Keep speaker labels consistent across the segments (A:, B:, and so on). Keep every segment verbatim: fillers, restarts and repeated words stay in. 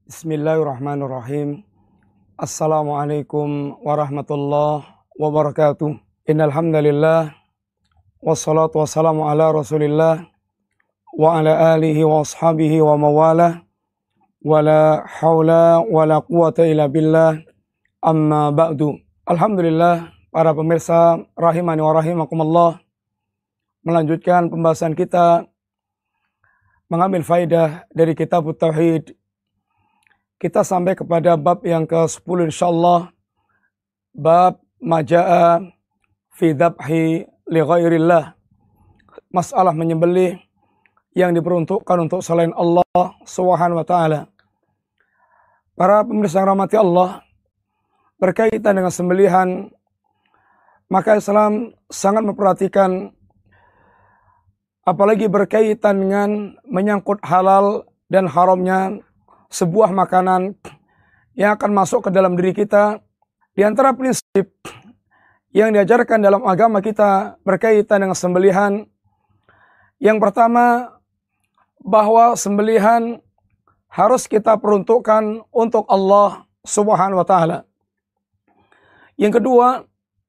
A: Bismillahirrahmanirrahim. Assalamualaikum warahmatullahi wabarakatuh. Innal hamdalillah wassalatu wassalamu ala Rasulillah wa ala alihi wa ashabihi wa mawalah. Wala haula wala quwata illa billah. Amma ba'du. Alhamdulillah, para pemirsa rahimani wa rahimakumullah. Melanjutkan pembahasan kita mengambil faidah dari kitab Tauhid. Kita sampai kepada bab yang ke sepuluh insyaallah. Bab maja'a fi dzabhi li ghairillah. Masalah menyembelih yang diperuntukkan untuk selain Allah Subhanahu wa taala. Para pemirsa yang rahmati Allah, berkaitan dengan sembelihan, maka Islam sangat memperhatikan, apalagi berkaitan dengan menyangkut halal dan haramnya sebuah makanan yang akan masuk ke dalam diri kita. Di antara prinsip yang diajarkan dalam agama kita berkaitan dengan sembelihan, yang pertama, bahwa sembelihan harus kita peruntukkan untuk Allah Subhanahu wa taala. Yang kedua,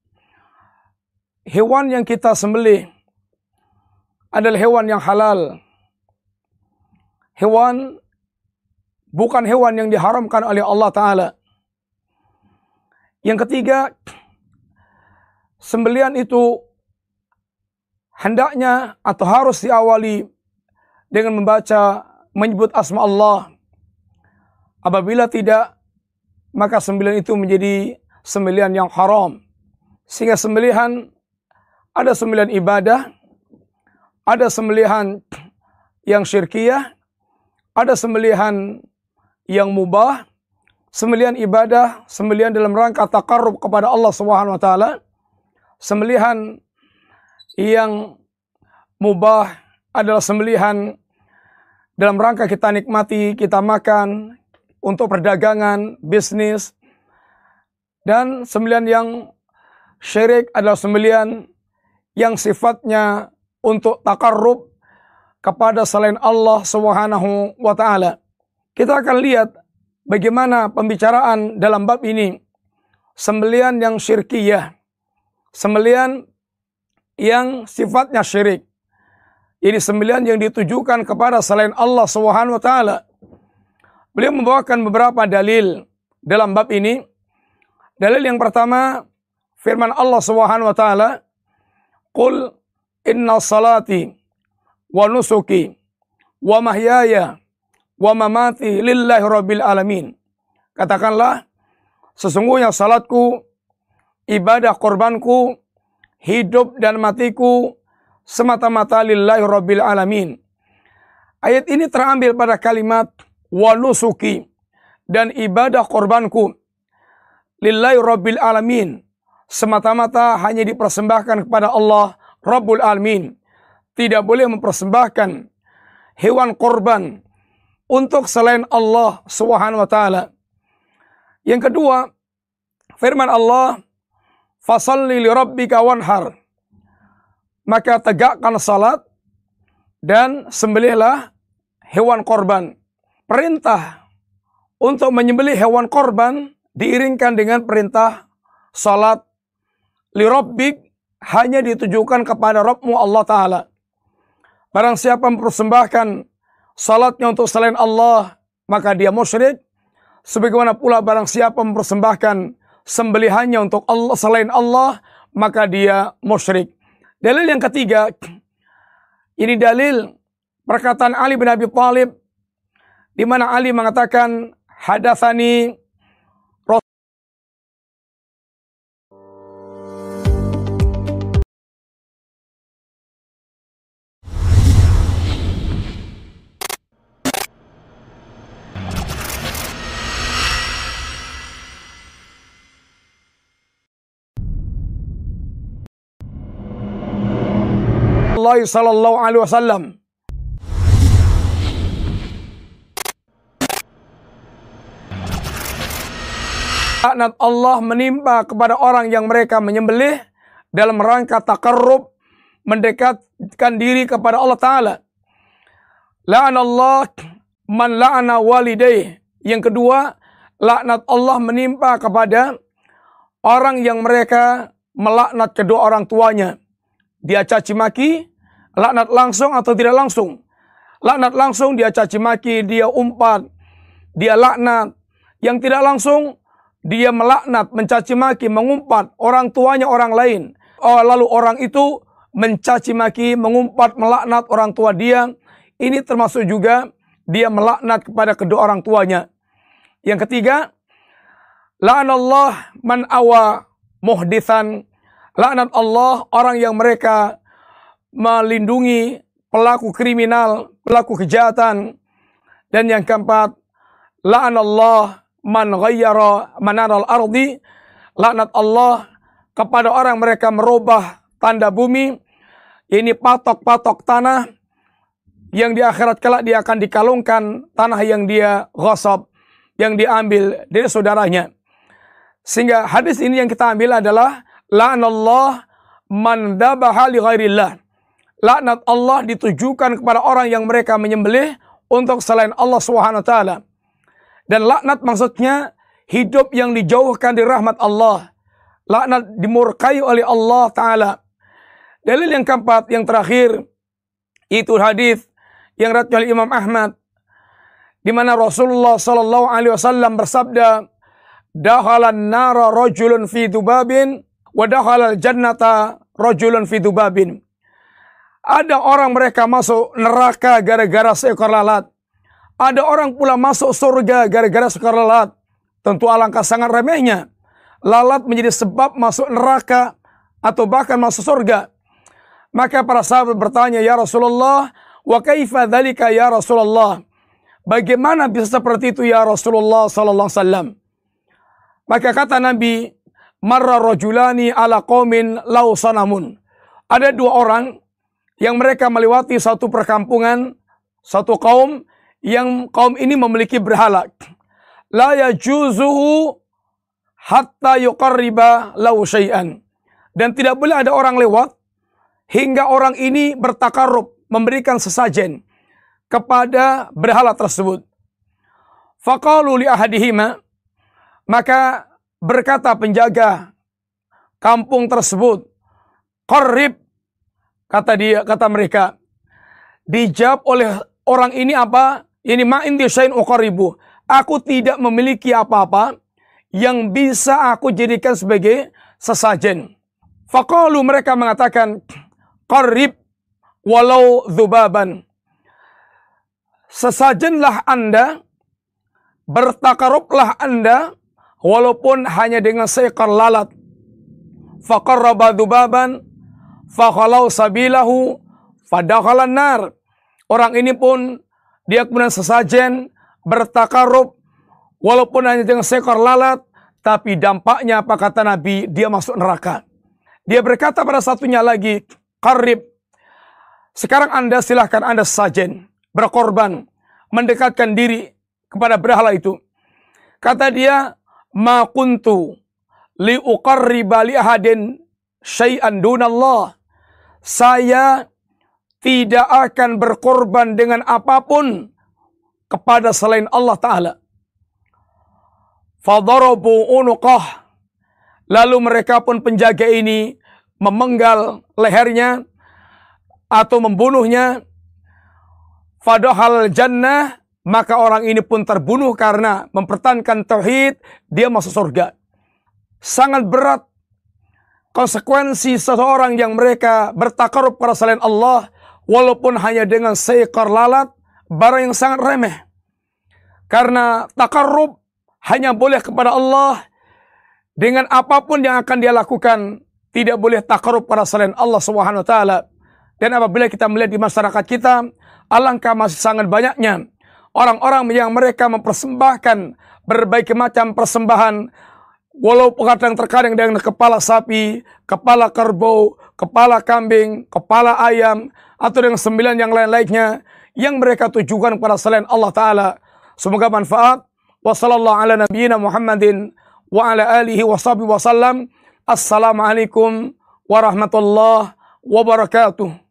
A: hewan yang kita sembelih adalah hewan yang halal. Hewan bukan hewan yang diharamkan oleh Allah Ta'ala. Yang ketiga, sembelihan itu hendaknya atau harus diawali dengan membaca, menyebut asma Allah. Apabila tidak, maka sembelihan itu menjadi sembelihan yang haram. Sehingga sembelihan, ada sembelihan ibadah, ada sembelihan yang syirkiyah, ada sembelihan yang mubah, sembelihan ibadah, sembelihan dalam rangka taqarrub kepada Allah Subhanahu wa taala. Sembelihan yang mubah adalah sembelihan dalam rangka kita nikmati, kita makan untuk perdagangan, bisnis. Dan sembelihan yang syirik adalah sembelihan yang sifatnya untuk taqarrub kepada selain Allah Subhanahu wa taala. Kita akan lihat bagaimana pembicaraan dalam bab ini. Sembelihan yang syirkiyah, sembelihan yang sifatnya syirik. Ini sembelihan yang ditujukan kepada selain Allah Subhanahu wa taala. Beliau membawakan beberapa dalil dalam bab ini. Dalil yang pertama, firman Allah Subhanahu wa taala, "Qul inna salati wa nusuki wa mahyaya wa mamati lillahi rabbil alamin." Katakanlah, sesungguhnya salatku, ibadah korbanku, hidup dan matiku semata-mata lillahi rabbil alamin. Ayat ini terambil pada kalimat wa nusuki, dan ibadah korbanku lillahi rabbil alamin, semata-mata hanya dipersembahkan kepada Allah Rabbul Alamin. Tidak boleh mempersembahkan hewan korban untuk selain Allah Subhanahu wa taala. Yang kedua, firman Allah, "Fashalli li rabbika wanhar." Maka tegakkan salat dan sembelihlah hewan korban. Perintah untuk menyembelih hewan korban diiringkan dengan perintah salat li rabbik, hanya ditujukan kepada Rabbmu Allah Ta'ala. Barang siapa mempersembahkan salatnya untuk selain Allah, maka dia musyrik. Sebagaimana pula barang siapa mempersembahkan sembelihannya untuk Allah selain Allah, maka dia musyrik. Dalil yang ketiga, ini dalil perkataan Ali bin Abi Thalib, di mana Ali mengatakan, hadatsani Rasulullah sallallahu alaihi wasallam. Laknat Allah menimpa kepada orang yang mereka menyembelih dalam rangka taqarrub, mendekatkan diri kepada Allah Ta'ala. La'anallah man la'ana walidayh Yang kedua, laknat Allah menimpa kepada orang yang mereka melaknat kedua orang tuanya. Dia caci maki, laknat langsung atau tidak langsung. Laknat langsung dia caci maki, dia umpat, dia laknat. Yang tidak langsung dia melaknat, mencaci maki, mengumpat orang tuanya orang lain. Oh, lalu orang itu mencaci maki, mengumpat, melaknat orang tua dia. Ini termasuk juga dia melaknat kepada kedua orang tuanya. Yang ketiga, la'anallah man awa muhdithan. Laknat Allah orang yang mereka melindungi pelaku kriminal, pelaku kejahatan. Dan yang keempat, la'anallah man ghayyara manaral ardi. Laknat Allah kepada orang mereka merubah tanda bumi. Ini patok-patok tanah yang di akhirat kelak dia akan dikalungkan tanah yang dia ghasab, yang diambil dari saudaranya. Sehingga hadis ini yang kita ambil adalah la'anallah man dabaha li ghairillah. Laknat Allah ditujukan kepada orang yang mereka menyembelih untuk selain Allah Subhanahu wa taala. Dan laknat maksudnya hidup yang dijauhkan dari rahmat Allah. Laknat dimurkai oleh Allah taala. Dalil yang keempat, yang terakhir, itu hadis yang riwayat oleh Imam Ahmad, di mana Rasulullah sallallahu alaihi wasallam bersabda, "Dakhalan nara rajulun fi dubabin wa dakhalal jannata rajulun fi dubabin." Ada orang mereka masuk neraka gara-gara seekor lalat. Ada orang pula masuk surga gara-gara seekor lalat. Tentu alangkah sangat remehnya lalat menjadi sebab masuk neraka atau bahkan masuk surga. Maka para sahabat bertanya, "Ya Rasulullah, wa kaifa dzalika ya Rasulullah?" Bagaimana bisa seperti itu ya Rasulullah sallallahu alaihi wasallam? Maka kata Nabi, "Marra rajulani ala qaumin law sanamun." Ada dua orang yang mereka melewati satu perkampungan, satu kaum yang kaum ini memiliki berhala. La yajuzuhu hatta yuqarriba lahu syai'an. Dan tidak boleh ada orang lewat hingga orang ini bertakarrub, memberikan sesajen kepada berhala tersebut. Faqalu li ahadihima, maka berkata penjaga kampung tersebut, "Qarrib," kata dia, kata mereka. Dijawab oleh orang ini apa? Ini ma indi syai'in uqarribu. Aku tidak memiliki apa-apa yang bisa aku jadikan sebagai sesajen. Faqalu, mereka mengatakan, "Qarrib walau dzubaban." Sesajenlah Anda, bertakarublah Anda, walaupun hanya dengan seekor lalat. Faqarraba dzubaban, fakhalau sabilahu, fadakhalan nar. Orang ini pun dia kemudian sesajen, bertakarub, walaupun hanya dengan seekor lalat, tapi dampaknya apa kata Nabi? Dia masuk neraka. Dia berkata pada satunya lagi, "Qarrib, sekarang Anda silahkan Anda sesajen, berkorban, mendekatkan diri kepada berhala itu." Kata dia, "Ma kuntu li uqarriba li ahadin syai'an dunallah." Saya tidak akan berkorban dengan apapun kepada selain Allah Ta'ala. Fadarabu unuqah. Lalu mereka pun penjaga ini memenggal lehernya atau membunuhnya. Fadahal jannah, maka orang ini pun terbunuh karena mempertahankan tauhid, dia masuk surga. Sangat berat konsekuensi seseorang yang mereka bertakarub pada selain Allah, walaupun hanya dengan seekor lalat, barang yang sangat remeh. Karena takarub hanya boleh kepada Allah dengan apapun yang akan dia lakukan, tidak boleh takarub pada selain Allah Subhanahu wa taala. Dan apabila kita melihat di masyarakat kita, alangkah masih sangat banyaknya orang-orang yang mereka mempersembahkan berbagai macam persembahan, walaupun kadang-terkadang dengan kepala sapi, kepala kerbau, kepala kambing, kepala ayam, atau dengan sembilan yang lain-lainnya yang mereka tujukan kepada selain Allah Ta'ala. Semoga manfaat. Wassallallahu ala nabiyyina Muhammadin wa ala alihi wa sahbihi wa sallam. Assalamualaikum warahmatullahi wabarakatuh.